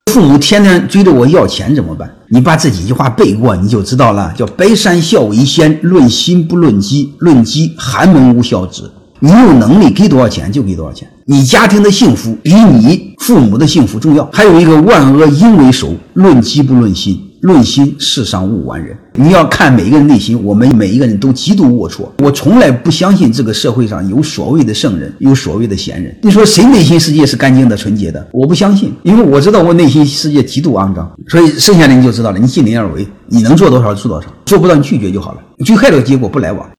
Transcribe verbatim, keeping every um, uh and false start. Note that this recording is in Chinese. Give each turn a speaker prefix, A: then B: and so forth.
A: 父母天天追着我要钱怎么办？你把这几句话背过你就知道了，叫白山孝为先，论心不论机，论机寒门无孝子。你有能力给多少钱就给多少钱，你家庭的幸福比你父母的幸福重要。还有一个万恶因为首，论机不论心，论心世上无完人。你要看每一个人内心，我们每一个人都极度龌龊。我从来不相信这个社会上有所谓的圣人，有所谓的贤人。你说谁内心世界是干净的纯洁的？我不相信，因为我知道我内心世界极度肮脏。所以剩下的你就知道了，你尽力而为，你能做多少做多少，做不到你拒绝就好了，你最害的结果不来往。